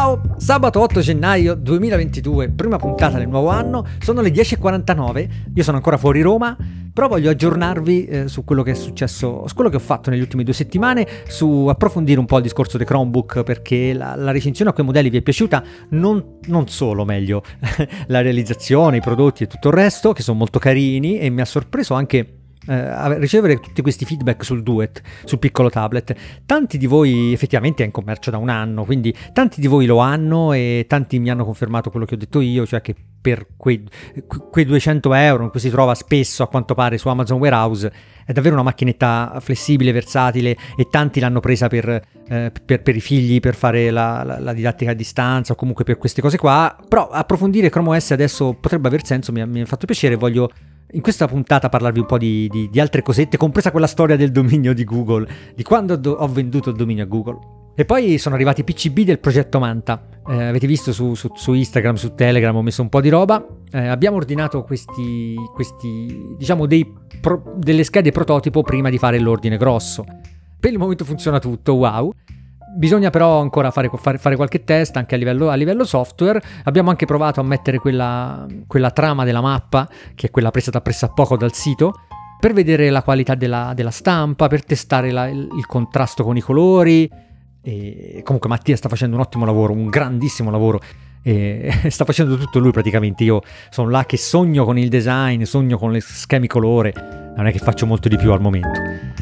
Ciao, sabato 8 gennaio 2022, prima puntata del nuovo anno, sono le 10:49, io sono ancora fuori Roma, però voglio aggiornarvi su quello che è successo, su quello che ho fatto nelle ultime 2 settimane, su approfondire un po' il discorso dei Chromebook, perché la recensione a quei modelli vi è piaciuta, non solo, meglio, la realizzazione, i prodotti e tutto il resto, che sono molto carini, e mi ha sorpreso anche ricevere tutti questi feedback sul Duet, sul piccolo tablet. Tanti di voi effettivamente è in commercio da un anno, quindi tanti di voi lo hanno e tanti mi hanno confermato quello che ho detto io, cioè che per quei 200 euro in cui si trova spesso a quanto pare su Amazon Warehouse è davvero una macchinetta flessibile, versatile, e tanti l'hanno presa per i figli, per fare la didattica a distanza o comunque per queste cose qua. Però approfondire Chrome OS adesso potrebbe aver senso, mi ha fatto piacere. Voglio in questa puntata parlarvi un po' di altre cosette, compresa quella storia del dominio di Google, di quando ho venduto il dominio a Google. E poi sono arrivati i PCB del progetto Manta. Avete visto su Instagram, su Telegram, ho messo un po' di roba. Abbiamo ordinato questi diciamo delle schede prototipo prima di fare l'ordine grosso. Per il momento funziona tutto, wow. Bisogna però ancora fare qualche test anche a livello software. Abbiamo anche provato a mettere quella trama della mappa, che è quella presa da pressappoco dal sito, per vedere la qualità della stampa, per testare il contrasto con i colori. E comunque Mattia sta facendo un ottimo lavoro, un grandissimo lavoro, e sta facendo tutto lui praticamente. Io sono là che sogno con il design, sogno con le schemi colore, non è che faccio molto di più al momento.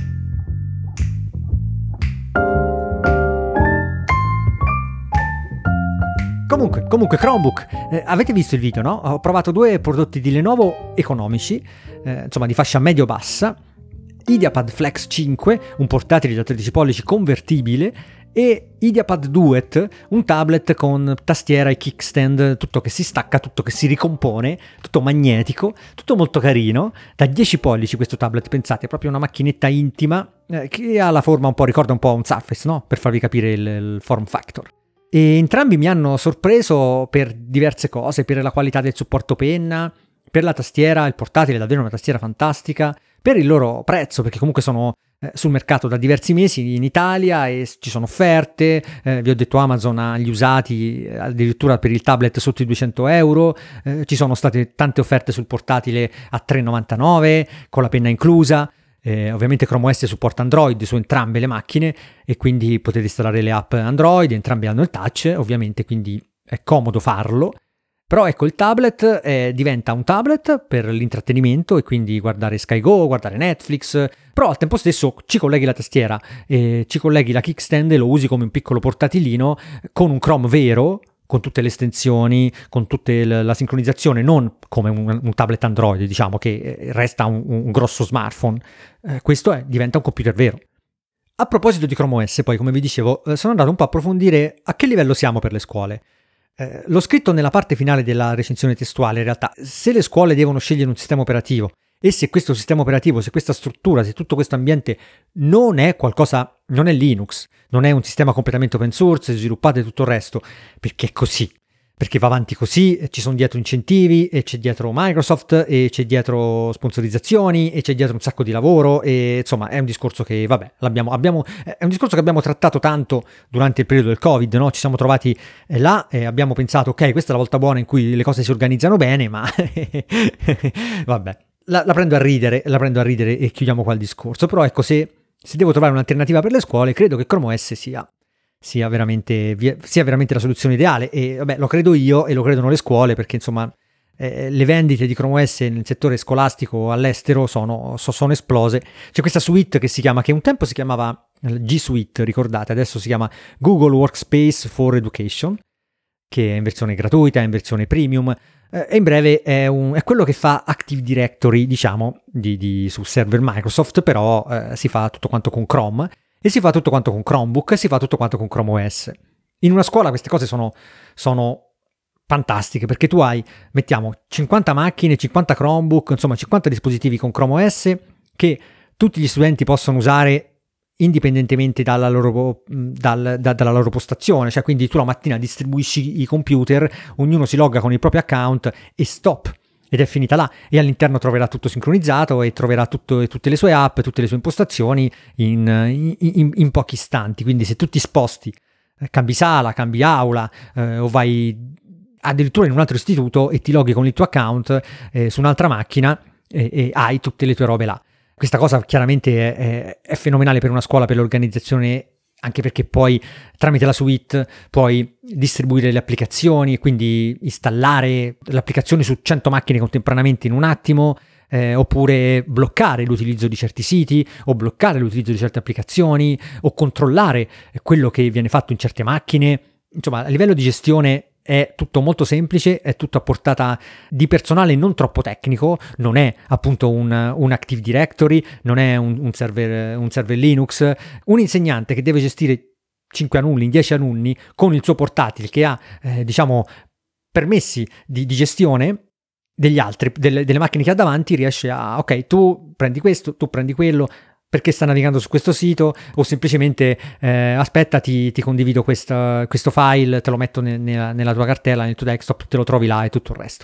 Comunque Chromebook, avete visto il video, no? Ho provato 2 prodotti di Lenovo economici, insomma di fascia medio-bassa, IdeaPad Flex 5, un portatile da 13 pollici convertibile, e IdeaPad Duet, un tablet con tastiera e kickstand, tutto che si stacca, tutto che si ricompone, tutto magnetico, tutto molto carino. Da 10 pollici questo tablet, pensate, è proprio una macchinetta intima, che ha la forma ricorda un po' un Surface, no? Per farvi capire il form factor. E entrambi mi hanno sorpreso per diverse cose, per la qualità del supporto penna, per la tastiera. Il portatile è davvero una tastiera fantastica, per il loro prezzo, perché comunque sono sul mercato da diversi mesi in Italia e ci sono offerte. Vi ho detto, Amazon ha gli usati addirittura per il tablet sotto i 200 euro, ci sono state tante offerte sul portatile a 3,99 con la penna inclusa. Ovviamente Chrome OS supporta Android su entrambe le macchine e quindi potete installare le app Android, entrambe hanno il touch ovviamente, quindi è comodo farlo. Però ecco, il tablet diventa un tablet per l'intrattenimento e quindi guardare Sky Go, guardare Netflix, però al tempo stesso ci colleghi la tastiera, ci colleghi la kickstand e lo usi come un piccolo portatilino con un Chrome vero, con tutte le estensioni, con tutta la sincronizzazione, non come un tablet Android, diciamo, che resta un grosso smartphone. Questo diventa un computer vero. A proposito di Chrome OS, poi, come vi dicevo, sono andato un po' a approfondire a che livello siamo per le scuole. L'ho scritto nella parte finale della recensione testuale, in realtà. Se le scuole devono scegliere un sistema operativo, e se questo sistema operativo, se questa struttura, se tutto questo ambiente non è Linux, non è un sistema completamente open source, sviluppato e tutto il resto, perché è così, perché va avanti così, ci sono dietro incentivi, e c'è dietro Microsoft, e c'è dietro sponsorizzazioni, e c'è dietro un sacco di lavoro, e insomma è un discorso che, vabbè, è un discorso che abbiamo trattato tanto durante il periodo del Covid, no? Ci siamo trovati là e abbiamo pensato, ok, questa è la volta buona in cui le cose si organizzano bene, ma vabbè. La prendo a ridere e chiudiamo qua il discorso. Però ecco, se devo trovare un'alternativa per le scuole, credo che Chrome OS sia veramente la soluzione ideale, e vabbè, lo credo io e lo credono le scuole, perché insomma le vendite di Chrome OS nel settore scolastico all'estero sono esplose. C'è questa suite che un tempo si chiamava G Suite, ricordate, adesso si chiama Google Workspace for Education, che è in versione gratuita, è in versione premium. E in breve è quello che fa Active Directory, diciamo, su server Microsoft, però si fa tutto quanto con Chrome, e si fa tutto quanto con Chromebook, e si fa tutto quanto con Chrome OS. In una scuola queste cose sono fantastiche, perché tu hai, mettiamo, 50 macchine, 50 Chromebook, insomma 50 dispositivi con Chrome OS che tutti gli studenti possono usare indipendentemente dalla loro postazione. Cioè, quindi tu la mattina distribuisci i computer, ognuno si logga con il proprio account e stop, ed è finita là, e all'interno troverà tutto sincronizzato e troverà tutte le sue app, tutte le sue impostazioni in pochi istanti. Quindi se tu ti sposti cambi sala, cambi aula, o vai addirittura in un altro istituto e ti loghi con il tuo account su un'altra macchina e hai tutte le tue robe là. Questa cosa chiaramente è fenomenale per una scuola, per l'organizzazione, anche perché poi tramite la suite puoi distribuire le applicazioni, quindi installare l'applicazione su 100 macchine contemporaneamente in un attimo, oppure bloccare l'utilizzo di certi siti, o bloccare l'utilizzo di certe applicazioni, o controllare quello che viene fatto in certe macchine. Insomma, a livello di gestione è tutto molto semplice, è tutto a portata di personale non troppo tecnico, non è appunto un Active Directory, non è un server Linux. Un insegnante che deve gestire 5 alunni, 10 alunni con il suo portatile che ha permessi di gestione degli altri, delle macchine che ha davanti, riesce a ok, tu prendi questo, tu prendi quello, perché sta navigando su questo sito, o semplicemente aspetta, ti condivido questo file, te lo metto nella tua cartella, nel tuo desktop, te lo trovi là e tutto il resto.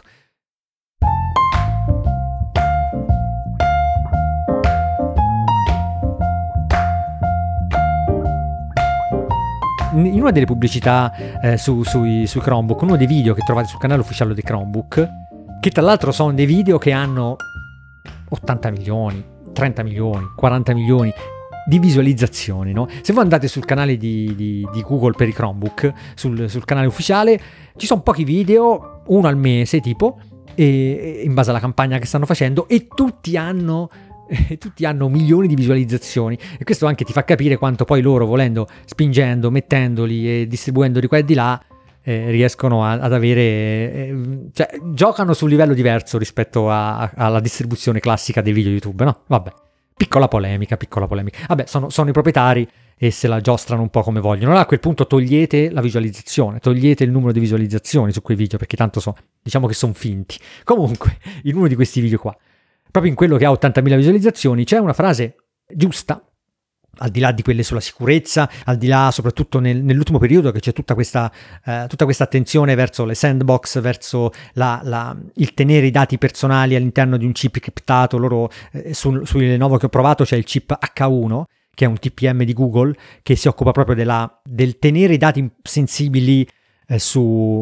In una delle pubblicità sui Chromebook, uno dei video che trovate sul canale ufficiale dei Chromebook, che tra l'altro sono dei video che hanno 80 milioni, 30 milioni, 40 milioni di visualizzazioni, no? Se voi andate sul canale di Google per i Chromebook, sul canale ufficiale, ci sono pochi video, uno al mese tipo, e in base alla campagna che stanno facendo, e tutti hanno milioni di visualizzazioni, e questo anche ti fa capire quanto poi loro, volendo, spingendo, mettendoli e distribuendoli qua e di là, riescono ad avere, cioè giocano su un livello diverso rispetto alla distribuzione classica dei video YouTube, no? Vabbè, piccola polemica. Vabbè, sono i proprietari e se la giostrano un po' come vogliono. Allora a quel punto togliete la visualizzazione, togliete il numero di visualizzazioni su quei video, perché tanto diciamo che sono finti. Comunque, in uno di questi video qua, proprio in quello che ha 80.000 visualizzazioni, c'è una frase giusta, al di là di quelle sulla sicurezza, al di là soprattutto nell'ultimo periodo che c'è tutta questa attenzione verso le sandbox, verso il tenere i dati personali all'interno di un chip criptato. Loro sui Lenovo che ho provato c'è il chip H1, che è un TPM di Google, che si occupa proprio del tenere i dati sensibili su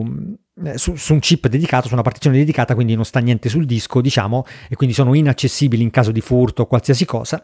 un chip dedicato, su una partizione dedicata, quindi non sta niente sul disco, diciamo, e quindi sono inaccessibili in caso di furto o qualsiasi cosa.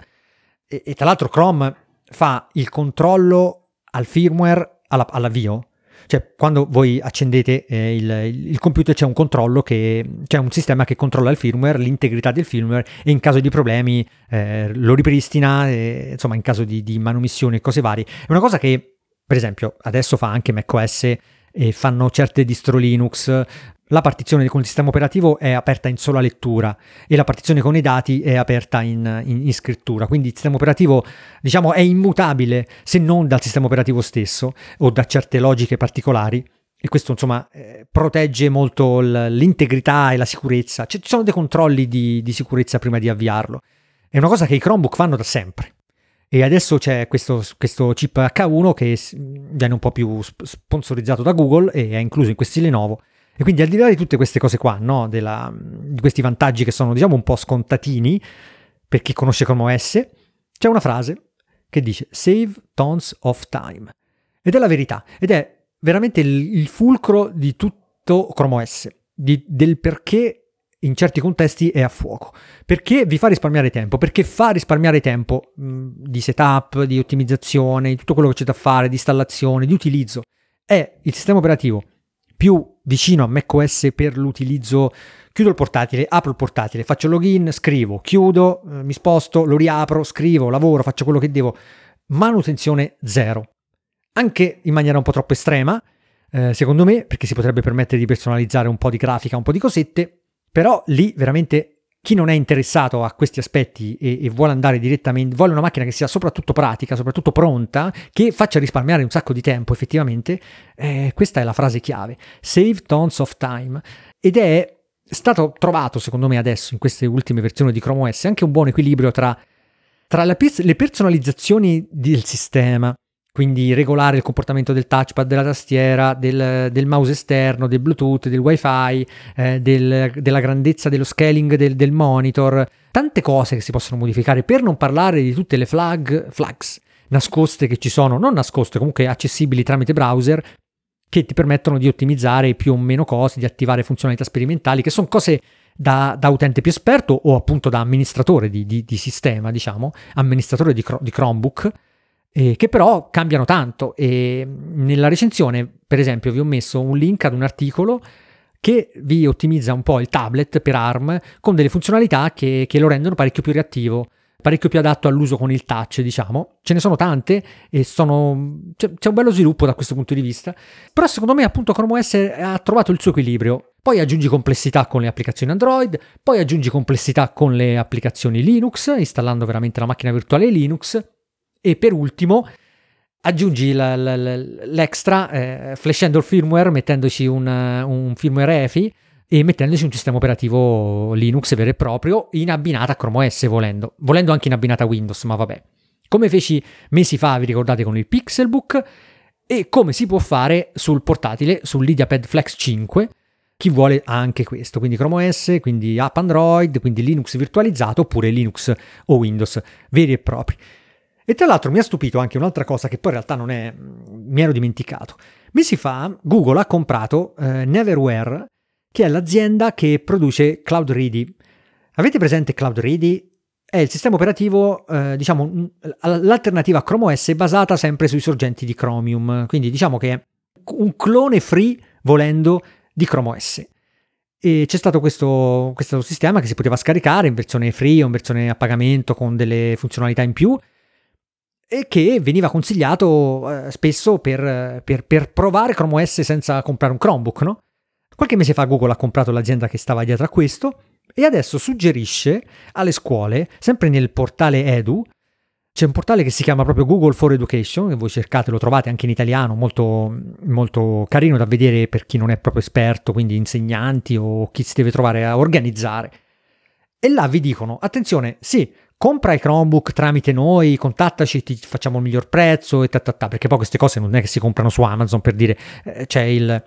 E tra l'altro Chrome fa il controllo al firmware all'avvio, cioè quando voi accendete il computer c'è un controllo, c'è un sistema che controlla il firmware, l'integrità del firmware, e in caso di problemi lo ripristina, insomma in caso di manomissione e cose varie. È una cosa che per esempio adesso fa anche macOS e fanno certe distro Linux. La partizione con il sistema operativo è aperta in sola lettura e la partizione con i dati è aperta in scrittura, quindi il sistema operativo, diciamo, è immutabile se non dal sistema operativo stesso o da certe logiche particolari, e questo insomma protegge molto l'integrità e la sicurezza. Ci sono dei controlli di sicurezza prima di avviarlo. È una cosa che i Chromebook fanno da sempre. E adesso c'è questo chip H1 che viene un po' più sponsorizzato da Google e è incluso in questi Lenovo. E quindi al di là di tutte queste cose qua, no, di questi vantaggi che sono, diciamo, un po' scontatini per chi conosce Chrome OS, c'è una frase che dice "save tons of time", ed è la verità, ed è veramente il fulcro di tutto Chrome OS, del perché in certi contesti è a fuoco, perché vi fa risparmiare tempo, perché fa risparmiare tempo di setup, di ottimizzazione, di tutto quello che c'è da fare, di installazione, di utilizzo. È il sistema operativo più vicino a macOS per l'utilizzo. Chiudo il portatile, apro il portatile, faccio login, scrivo, chiudo, mi sposto, lo riapro, scrivo, lavoro, faccio quello che devo. Manutenzione zero. Anche in maniera un po' troppo estrema, secondo me, perché si potrebbe permettere di personalizzare un po' di grafica, un po' di cosette, però lì veramente chi non è interessato a questi aspetti e vuole andare direttamente, vuole una macchina che sia soprattutto pratica, soprattutto pronta, che faccia risparmiare un sacco di tempo effettivamente, questa è la frase chiave, save tons of time, ed è stato trovato secondo me adesso in queste ultime versioni di Chrome OS anche un buon equilibrio tra le personalizzazioni del sistema, quindi regolare il comportamento del touchpad, della tastiera, del mouse esterno, del Bluetooth, del Wi-Fi, della grandezza dello scaling del monitor, tante cose che si possono modificare, per non parlare di tutte le flags, nascoste che ci sono, non nascoste, comunque accessibili tramite browser, che ti permettono di ottimizzare più o meno cose, di attivare funzionalità sperimentali, che sono cose da utente più esperto o appunto da amministratore di sistema, diciamo, amministratore di Chromebook, che però cambiano tanto. E nella recensione, per esempio, vi ho messo un link ad un articolo che vi ottimizza un po' il tablet per ARM con delle funzionalità che lo rendono parecchio più reattivo, parecchio più adatto all'uso con il touch, diciamo. Ce ne sono tante e c'è un bello sviluppo da questo punto di vista. Però secondo me appunto Chrome OS ha trovato il suo equilibrio. Poi aggiungi complessità con le applicazioni Android, poi aggiungi complessità con le applicazioni Linux, installando veramente la macchina virtuale Linux, e per ultimo aggiungi l'extra flashando il firmware, mettendoci un firmware EFI e mettendoci un sistema operativo Linux vero e proprio in abbinata a Chrome OS, volendo anche in abbinata a Windows, ma vabbè. Come feci mesi fa, vi ricordate, con il Pixelbook, e come si può fare sul portatile, sull'IdeaPad Flex 5, chi vuole anche questo, quindi Chrome OS, quindi app Android, quindi Linux virtualizzato, oppure Linux o Windows veri e propri. E tra l'altro mi ha stupito anche un'altra cosa che poi in realtà non è, mi ero dimenticato. Mesi fa Google ha comprato Neverware, che è l'azienda che produce CloudReady. Avete presente CloudReady? È il sistema operativo, diciamo, l'alternativa a Chrome OS basata sempre sui sorgenti di Chromium, quindi diciamo che è un clone free, volendo, di Chrome OS. E c'è stato questo sistema che si poteva scaricare in versione free o in versione a pagamento con delle funzionalità in più, e che veniva consigliato spesso per provare Chrome OS senza comprare un Chromebook, no? Qualche mese fa Google ha comprato l'azienda che stava dietro a questo e adesso suggerisce alle scuole, sempre nel portale Edu, c'è un portale che si chiama proprio Google for Education, che voi cercate, lo trovate anche in italiano, molto, molto carino da vedere per chi non è proprio esperto, quindi insegnanti o chi si deve trovare a organizzare. E là vi dicono, attenzione, sì, compra i Chromebook tramite noi, contattaci, ti facciamo il miglior prezzo e perché poi queste cose non è che si comprano su Amazon, per dire, c'è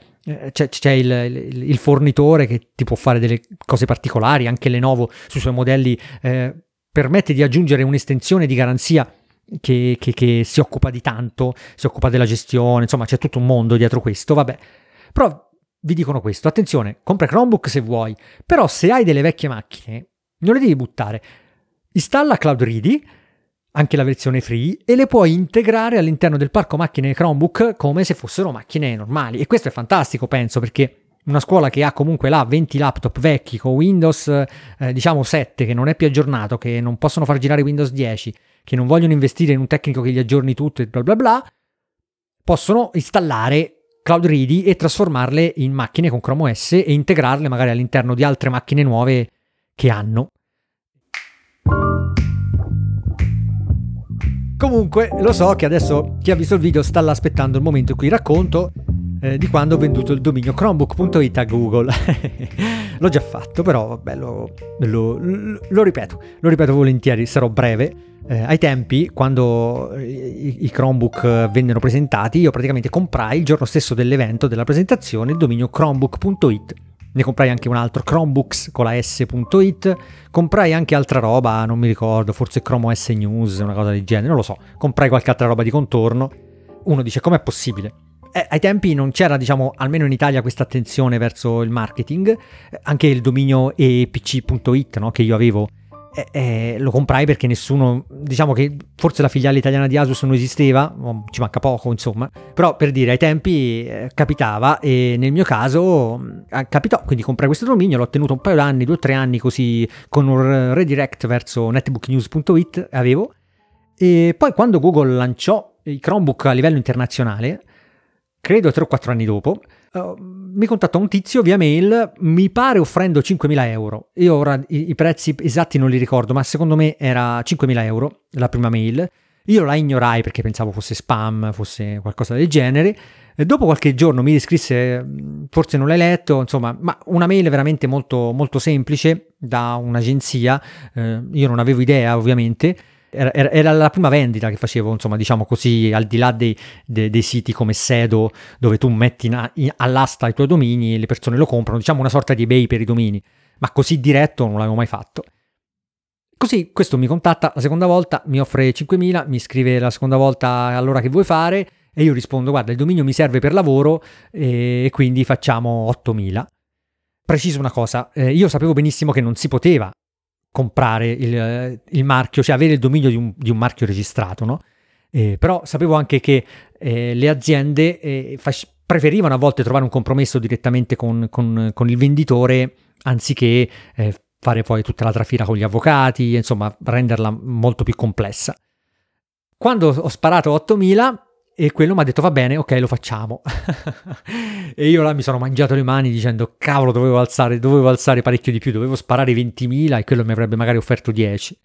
il fornitore che ti può fare delle cose particolari, anche Lenovo sui suoi modelli permette di aggiungere un'estensione di garanzia che si occupa di tanto, si occupa della gestione, insomma c'è tutto un mondo dietro questo, vabbè. Però vi dicono questo, attenzione, compra Chromebook se vuoi, però se hai delle vecchie macchine non le devi buttare. Installa CloudReady, anche la versione free, e le puoi integrare all'interno del parco macchine Chromebook come se fossero macchine normali. E questo è fantastico, penso, perché una scuola che ha comunque là 20 laptop vecchi con Windows, diciamo 7, che non è più aggiornato, che non possono far girare Windows 10, che non vogliono investire in un tecnico che gli aggiorni tutto e bla bla bla, possono installare CloudReady e trasformarle in macchine con Chrome OS e integrarle magari all'interno di altre macchine nuove che hanno. Comunque lo so che adesso chi ha visto il video sta là aspettando il momento in cui racconto di quando ho venduto il dominio chromebook.it a Google. L'ho già fatto, però vabbè, lo ripeto volentieri, sarò breve. Ai tempi, quando i Chromebook vennero presentati, io praticamente comprai il giorno stesso dell'evento, della presentazione, il dominio chromebook.it. Ne comprai anche un altro, Chromebooks con la S.it, comprai anche altra roba, non mi ricordo, forse Chrome OS News, una cosa del genere, non lo so, comprai qualche altra roba di contorno. Uno dice, com'è possibile? Ai tempi non c'era, diciamo, almeno in Italia, questa attenzione verso il marketing. Anche il dominio epc.it, no, che io avevo, lo comprai perché nessuno, diciamo che forse la filiale italiana di Asus non esisteva, ci manca poco insomma, però per dire ai tempi capitava, e nel mio caso capitò, quindi comprai questo dominio, l'ho tenuto un paio d'anni, 2 o 3 anni così, con un redirect verso netbooknews.it avevo, e poi quando Google lanciò i Chromebook a livello internazionale, credo 3 o 4 anni dopo, mi contattò un tizio via mail, mi pare offrendo 5.000 euro. Io ora i prezzi esatti non li ricordo, ma secondo me era 5.000 euro la prima mail. Io la ignorai perché pensavo fosse spam, fosse qualcosa del genere. E dopo qualche giorno mi scrisse, forse non l'hai letto, insomma, ma una mail veramente molto, molto semplice da un'agenzia. Io non avevo idea, ovviamente. Era la prima vendita che facevo, insomma, diciamo così, al di là dei siti come Sedo, dove tu metti all'asta i tuoi domini e le persone lo comprano, diciamo una sorta di eBay per i domini, ma così diretto non l'avevo mai fatto. Così questo mi contatta la seconda volta, mi offre 5.000, mi scrive la seconda volta allora che vuoi fare, e io rispondo guarda il dominio mi serve per lavoro e quindi facciamo 8.000. Preciso una cosa, io sapevo benissimo che non si poteva comprare il marchio, cioè avere il dominio di un marchio registrato, no? Però sapevo anche che le aziende preferivano a volte trovare un compromesso direttamente con il venditore anziché fare poi tutta la trafila con gli avvocati, insomma renderla molto più complessa. Quando ho sparato 8.000 e quello mi ha detto va bene, ok, lo facciamo. E io là mi sono mangiato le mani dicendo cavolo, dovevo alzare parecchio di più, dovevo sparare 20.000 e quello mi avrebbe magari offerto 10.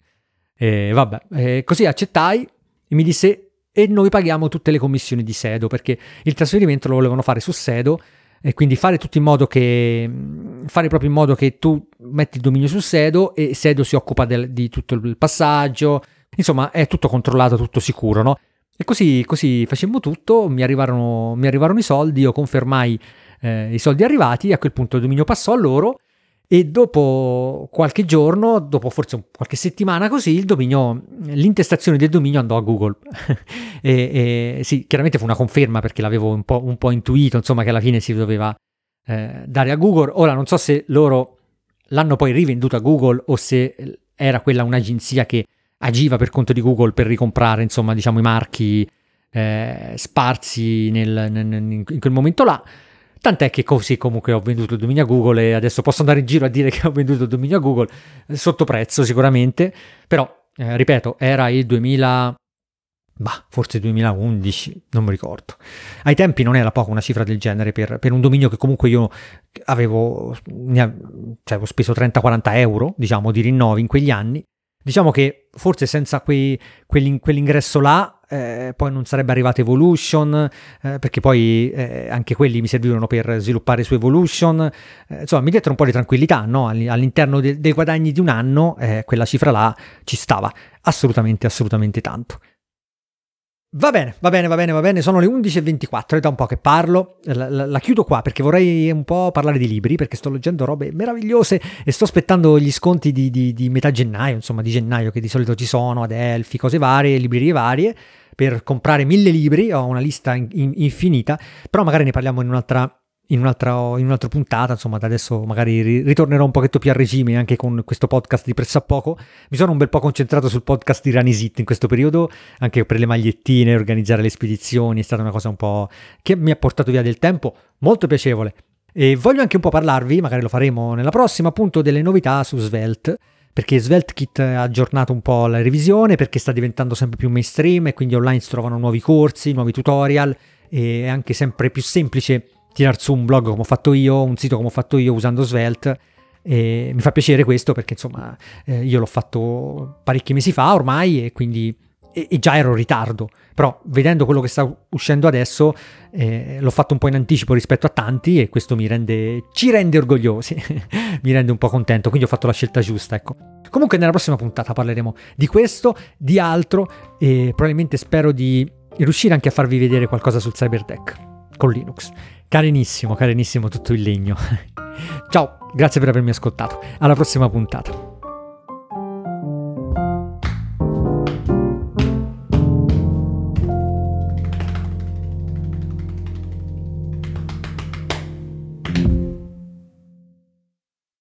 Così accettai e mi disse e noi paghiamo tutte le commissioni di Sedo, perché il trasferimento lo volevano fare su Sedo e quindi fare proprio in modo che tu metti il dominio su Sedo e Sedo si occupa di tutto il passaggio, insomma è tutto controllato, tutto sicuro, no? E così facemmo tutto, mi arrivarono i soldi, io confermai i soldi arrivati, a quel punto il dominio passò a loro e dopo qualche giorno, dopo forse qualche settimana così, l'intestazione del dominio andò a Google. e sì, chiaramente fu una conferma perché l'avevo un po' intuito, insomma, che alla fine si doveva dare a Google. Ora non so se loro l'hanno poi rivenduto a Google o se era quella un'agenzia che agiva per conto di Google per ricomprare, insomma, diciamo i marchi sparsi in quel momento là. Tant'è che così comunque ho venduto il dominio a Google e adesso posso andare in giro a dire che ho venduto il dominio a Google sotto prezzo sicuramente, però ripeto, era il 2000, forse 2011, non mi ricordo. Ai tempi non era poco una cifra del genere per un dominio che comunque io avevo speso 30-40 euro, diciamo, di rinnovi in quegli anni. Diciamo che forse senza quell'ingresso là poi non sarebbe arrivato Evolution, perché poi anche quelli mi servivano per sviluppare su Evolution, insomma mi dettero un po' di tranquillità, no? All'interno dei guadagni di un anno quella cifra là ci stava assolutamente tanto. Va bene, sono le 11.24, è da un po' che parlo, la chiudo qua perché vorrei un po' parlare di libri, perché sto leggendo robe meravigliose e sto aspettando gli sconti di metà gennaio, insomma di gennaio, che di solito ci sono, Adelphi, cose varie, librerie varie, per comprare 1.000 libri, ho una lista infinita, però magari ne parliamo in un'altra puntata, insomma da adesso magari ritornerò un pochetto più a regime anche con questo podcast di Pressappoco. Mi sono un bel po' concentrato sul podcast di Ranisit in questo periodo, anche per le magliettine, organizzare le spedizioni, è stata una cosa un po' che mi ha portato via del tempo, molto piacevole. E voglio anche un po' parlarvi, magari lo faremo nella prossima, appunto delle novità su Svelte, perché SvelteKit ha aggiornato un po' la revisione, perché sta diventando sempre più mainstream e quindi online si trovano nuovi corsi, nuovi tutorial e è anche sempre più semplice tirar su un blog come ho fatto io, un sito come ho fatto io usando Svelte, e mi fa piacere questo perché insomma io l'ho fatto parecchi mesi fa ormai e quindi e già ero in ritardo, però vedendo quello che sta uscendo adesso l'ho fatto un po' in anticipo rispetto a tanti e questo ci rende orgogliosi, mi rende un po' contento, quindi ho fatto la scelta giusta, ecco. Comunque nella prossima puntata parleremo di questo, di altro e probabilmente spero di riuscire anche a farvi vedere qualcosa sul Cyberdeck con Linux. Carinissimo tutto il legno. Ciao, grazie per avermi ascoltato. Alla prossima puntata.